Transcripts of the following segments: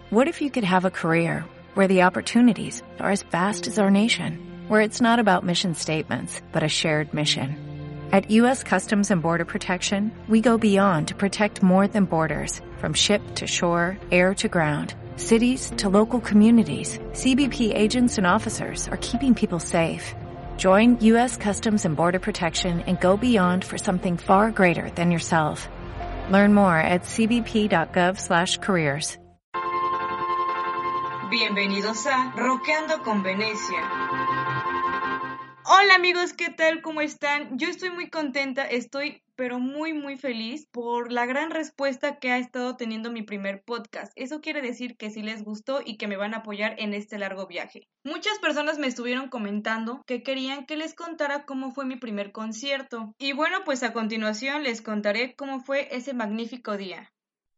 What if you could have a career where the opportunities are as vast as our nation, where it's not about mission statements, but a shared mission? At U.S. Customs and Border Protection, we go beyond to protect more than borders. From ship to shore, air to ground, cities to local communities, CBP agents and officers are keeping people safe. Join U.S. Customs and Border Protection and go beyond for something far greater than yourself. Learn more at cbp.gov/careers. Bienvenidos a Rockeando con Venecia. Hola amigos, ¿qué tal? ¿Cómo están? Yo estoy muy contenta, pero muy feliz por la gran respuesta que ha estado teniendo mi primer podcast. Eso quiere decir que sí les gustó y que me van a apoyar en este largo viaje. Muchas personas me estuvieron comentando que querían que les contara cómo fue mi primer concierto. Y bueno, pues a continuación les contaré cómo fue ese magnífico día.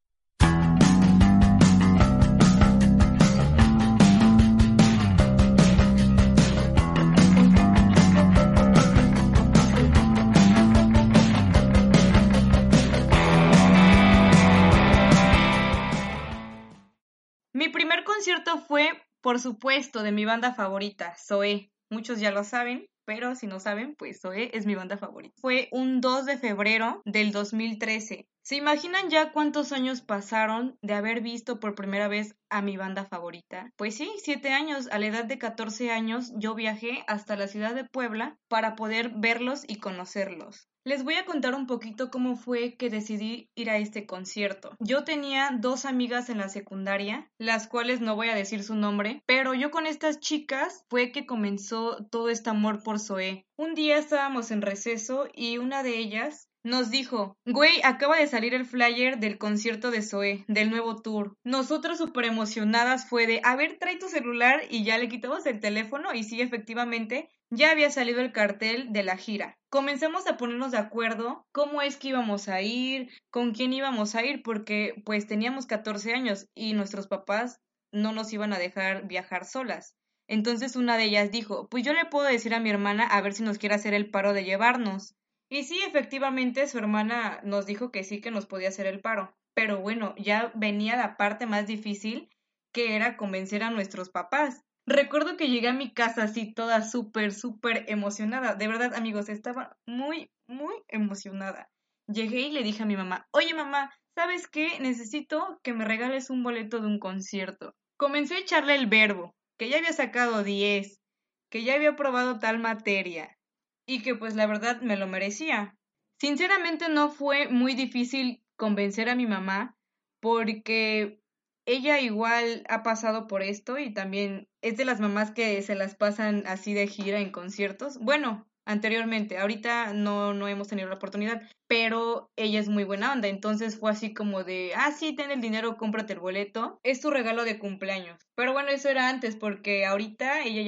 Mi primer concierto fue, por supuesto, de mi banda favorita, Zoé. Muchos ya lo saben, pero si no saben, pues Zoé es mi banda favorita. Fue un 2 de febrero del 2013. ¿Se imaginan ya cuántos años pasaron de haber visto por primera vez a mi banda favorita? Pues sí, 7 años. A la edad de 14 años yo viajé hasta la ciudad de Puebla para poder verlos y conocerlos. Les voy a contar un poquito cómo fue que decidí ir a este concierto. Yo tenía 2 amigas en la secundaria, las cuales no voy a decir su nombre, pero yo con estas chicas fue que comenzó todo este amor por Zoé. Un día estábamos en receso y una de ellas nos dijo, güey, acaba de salir el flyer del concierto de Zoé, del nuevo tour. Nosotros súper emocionadas fue de, a ver, trae tu celular, y ya le quitamos el teléfono y sí, efectivamente, ya había salido el cartel de la gira. Comenzamos a ponernos de acuerdo cómo es que íbamos a ir, con quién íbamos a ir, porque pues teníamos 14 años y nuestros papás no nos iban a dejar viajar solas. Entonces una de ellas dijo, pues yo le puedo decir a mi hermana a ver si nos quiere hacer el paro de llevarnos. Y sí, efectivamente, su hermana nos dijo que sí, que nos podía hacer el paro. Pero bueno, ya venía la parte más difícil, que era convencer a nuestros papás. Recuerdo que llegué a mi casa así toda súper emocionada. De verdad, amigos, estaba muy emocionada. Llegué y le dije a mi mamá, oye mamá, ¿sabes qué? Necesito que me regales un boleto de un concierto. Comencé a echarle el verbo, que ya había sacado 10, que ya había probado tal materia y que pues la verdad me lo merecía. Sinceramente no fue muy difícil convencer a mi mamá porque ella igual ha pasado por esto y también es de las mamás que se las pasan así de gira en conciertos. Bueno, anteriormente, ahorita no hemos tenido la oportunidad, pero ella es muy buena onda, entonces fue así como de, sí, ten el dinero, cómprate el boleto, es tu regalo de cumpleaños. Pero bueno, eso era antes porque ahorita ella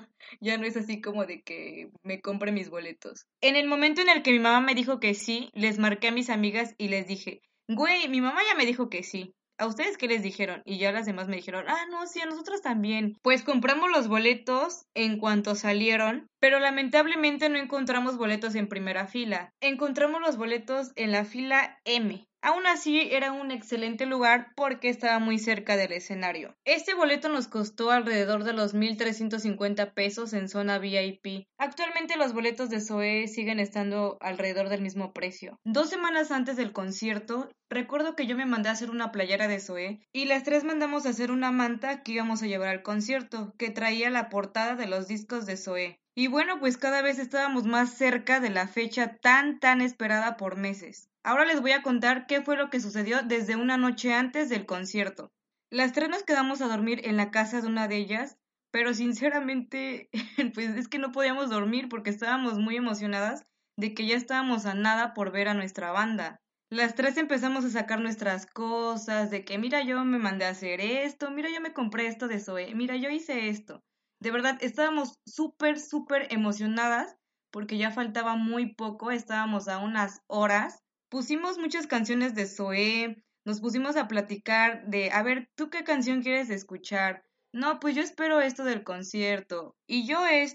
ya no es así como de que me compre mis boletos. En el momento en el que mi mamá me dijo que sí, les marqué a mis amigas y les dije, güey, mi mamá ya me dijo que sí. ¿A ustedes qué les dijeron? Y ya las demás me dijeron, no, sí, a nosotros también. Pues compramos los boletos en cuanto salieron, pero lamentablemente no encontramos boletos en primera fila. Encontramos los boletos en la fila M. Aún así, era un excelente lugar porque estaba muy cerca del escenario. Este boleto nos costó alrededor de los 1,350 pesos en zona VIP. Actualmente los boletos de Zoé siguen estando alrededor del mismo precio. 2 semanas antes del concierto, recuerdo que yo me mandé a hacer una playera de Zoé y las 3 mandamos a hacer una manta que íbamos a llevar al concierto, que traía la portada de los discos de Zoé. Y bueno, pues cada vez estábamos más cerca de la fecha tan esperada por meses. Ahora les voy a contar qué fue lo que sucedió desde una noche antes del concierto. Las 3 nos quedamos a dormir en la casa de una de ellas, pero sinceramente, pues es que no podíamos dormir porque estábamos muy emocionadas de que ya estábamos a nada por ver a nuestra banda. Las 3 empezamos a sacar nuestras cosas, de que mira yo me mandé a hacer esto, mira yo me compré esto de Zoé, mira yo hice esto. De verdad, estábamos súper emocionadas porque ya faltaba muy poco, estábamos a unas horas. Pusimos muchas canciones de Zoé, nos pusimos a platicar de, a ver, ¿tú qué canción quieres escuchar? No, pues yo espero esto del concierto, y yo esto.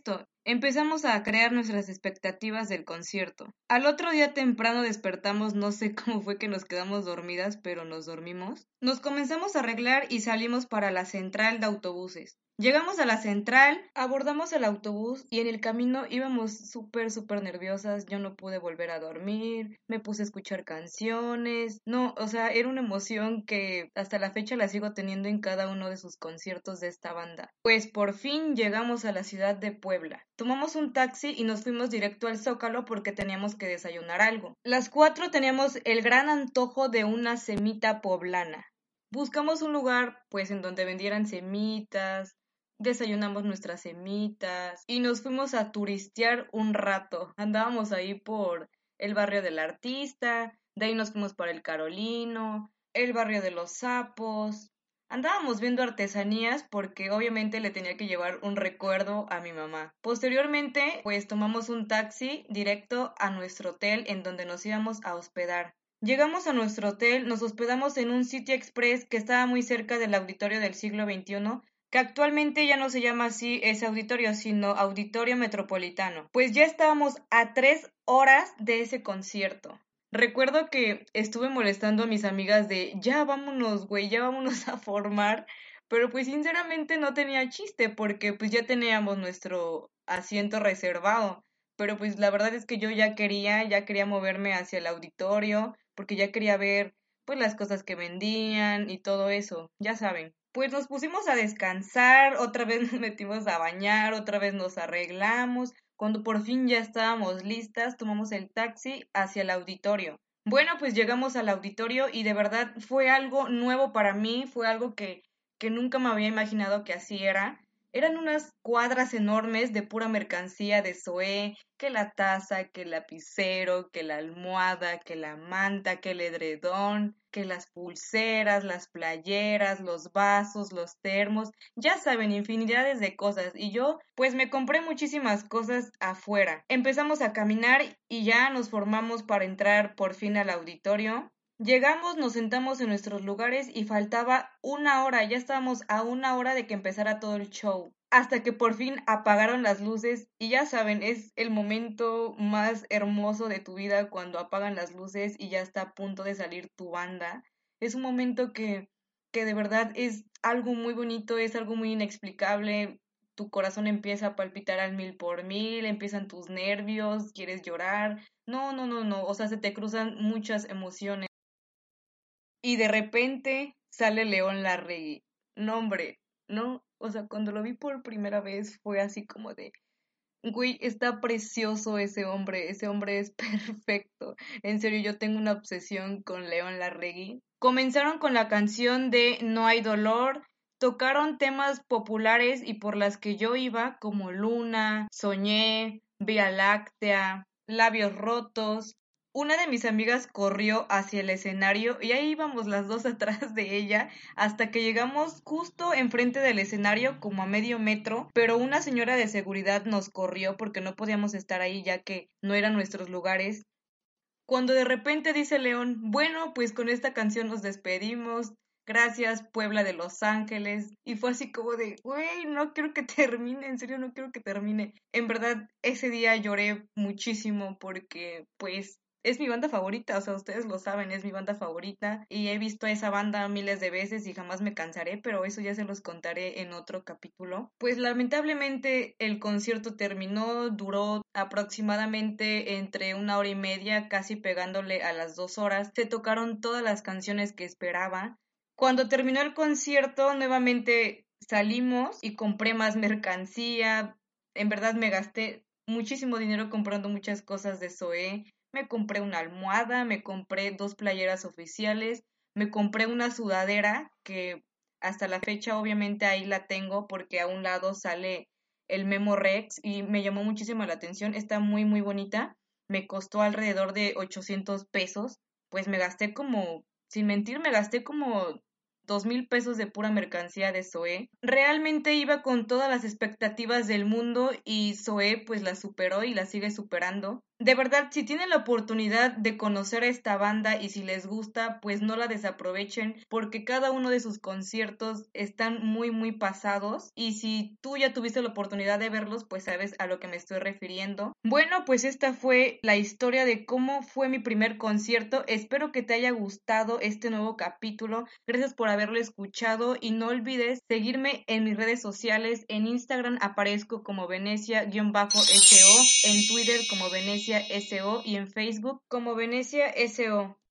Empezamos a crear nuestras expectativas del concierto. Al otro día temprano despertamos, no sé cómo fue que nos quedamos dormidas, pero nos dormimos. Nos comenzamos a arreglar y salimos para la central de autobuses. Llegamos a la central, abordamos el autobús y en el camino íbamos súper nerviosas. Yo no pude volver a dormir, me puse a escuchar canciones. No, o sea, era una emoción que hasta la fecha la sigo teniendo en cada uno de sus conciertos de esta banda. Pues por fin llegamos a la ciudad de Puebla. Tomamos un taxi y nos fuimos directo al Zócalo porque teníamos que desayunar algo. Las 4 teníamos el gran antojo de una semita poblana. Buscamos un lugar, pues, en donde vendieran semitas, desayunamos nuestras semitas y nos fuimos a turistear un rato. Andábamos ahí por el barrio del Artista, de ahí nos fuimos para el Carolino, el barrio de los Sapos. Andábamos viendo artesanías porque obviamente le tenía que llevar un recuerdo a mi mamá. Posteriormente, pues tomamos un taxi directo a nuestro hotel en donde nos íbamos a hospedar. Llegamos a nuestro hotel, nos hospedamos en un City Express que estaba muy cerca del Auditorio del Siglo XXI, que actualmente ya no se llama así ese auditorio, sino Auditorio Metropolitano. Pues ya estábamos a 3 horas de ese concierto. Recuerdo que estuve molestando a mis amigas de ya vámonos, güey, ya vámonos a formar, pero pues sinceramente no tenía chiste porque pues ya teníamos nuestro asiento reservado, pero pues la verdad es que yo ya quería moverme hacia el auditorio porque ya quería ver pues las cosas que vendían y todo eso, ya saben. Pues nos pusimos a descansar, otra vez nos metimos a bañar, otra vez nos arreglamos. Cuando por fin ya estábamos listas, tomamos el taxi hacia el auditorio. Bueno, pues llegamos al auditorio y de verdad fue algo nuevo para mí, fue algo que nunca me había imaginado que así era. Eran unas cuadras enormes de pura mercancía de Zoé, que la taza, que el lapicero, que la almohada, que la manta, que el edredón, que las pulseras, las playeras, los vasos, los termos, ya saben, infinidades de cosas. Y yo, pues me compré muchísimas cosas afuera. Empezamos a caminar y ya nos formamos para entrar por fin al auditorio. Llegamos, nos sentamos en nuestros lugares y faltaba 1 hora, ya estábamos a 1 hora de que empezara todo el show. Hasta que por fin apagaron las luces y ya saben, es el momento más hermoso de tu vida cuando apagan las luces y ya está a punto de salir tu banda. Es un momento que de verdad es algo muy bonito, es algo muy inexplicable. Tu corazón empieza a palpitar al 1000 por 1000, empiezan tus nervios, quieres llorar. No, o sea, se te cruzan muchas emociones. Y de repente sale León Larregui. No, hombre, no, o sea, cuando lo vi por primera vez fue así como de, güey, está precioso ese hombre es perfecto. En serio, yo tengo una obsesión con León Larregui. Comenzaron con la canción de No hay dolor, tocaron temas populares y por las que yo iba, como Luna, Soñé, Vía Láctea, Labios Rotos. Una de mis amigas corrió hacia el escenario y ahí íbamos las dos atrás de ella hasta que llegamos justo enfrente del escenario como a medio metro, pero una señora de seguridad nos corrió porque no podíamos estar ahí ya que no eran nuestros lugares. Cuando de repente dice León, bueno, pues con esta canción nos despedimos. Gracias, Puebla de Los Ángeles. Y fue así como de, güey, no quiero que termine, en serio, no quiero que termine. En verdad, ese día lloré muchísimo porque, pues, es mi banda favorita, o sea, ustedes lo saben, es mi banda favorita. Y he visto a esa banda miles de veces y jamás me cansaré, pero eso ya se los contaré en otro capítulo. Pues lamentablemente el concierto terminó, duró aproximadamente entre 1 hora y media, casi pegándole a las 2 horas. Se tocaron todas las canciones que esperaba. Cuando terminó el concierto, nuevamente salimos y compré más mercancía. En verdad me gasté muchísimo dinero comprando muchas cosas de Zoé. Me compré una almohada, me compré 2 playeras oficiales, me compré una sudadera que hasta la fecha obviamente ahí la tengo porque a un lado sale el Memo Rex y me llamó muchísimo la atención. Está muy bonita. Me costó alrededor de 800 pesos. Pues me gasté como, sin mentir, me gasté como 2000 pesos de pura mercancía de Zoé. Realmente iba con todas las expectativas del mundo y Zoé pues la superó y la sigue superando. De verdad, si tienen la oportunidad de conocer a esta banda y si les gusta, pues no la desaprovechen porque cada uno de sus conciertos están muy pasados y si tú ya tuviste la oportunidad de verlos, pues sabes a lo que me estoy refiriendo. Bueno, pues esta fue la historia de cómo fue mi primer concierto. Espero que te haya gustado este nuevo capítulo. Gracias por haberlo escuchado y no olvides seguirme en mis redes sociales. En Instagram aparezco como Venecia-SO, en Twitter como Venecia SO y en Facebook como Venecia SO.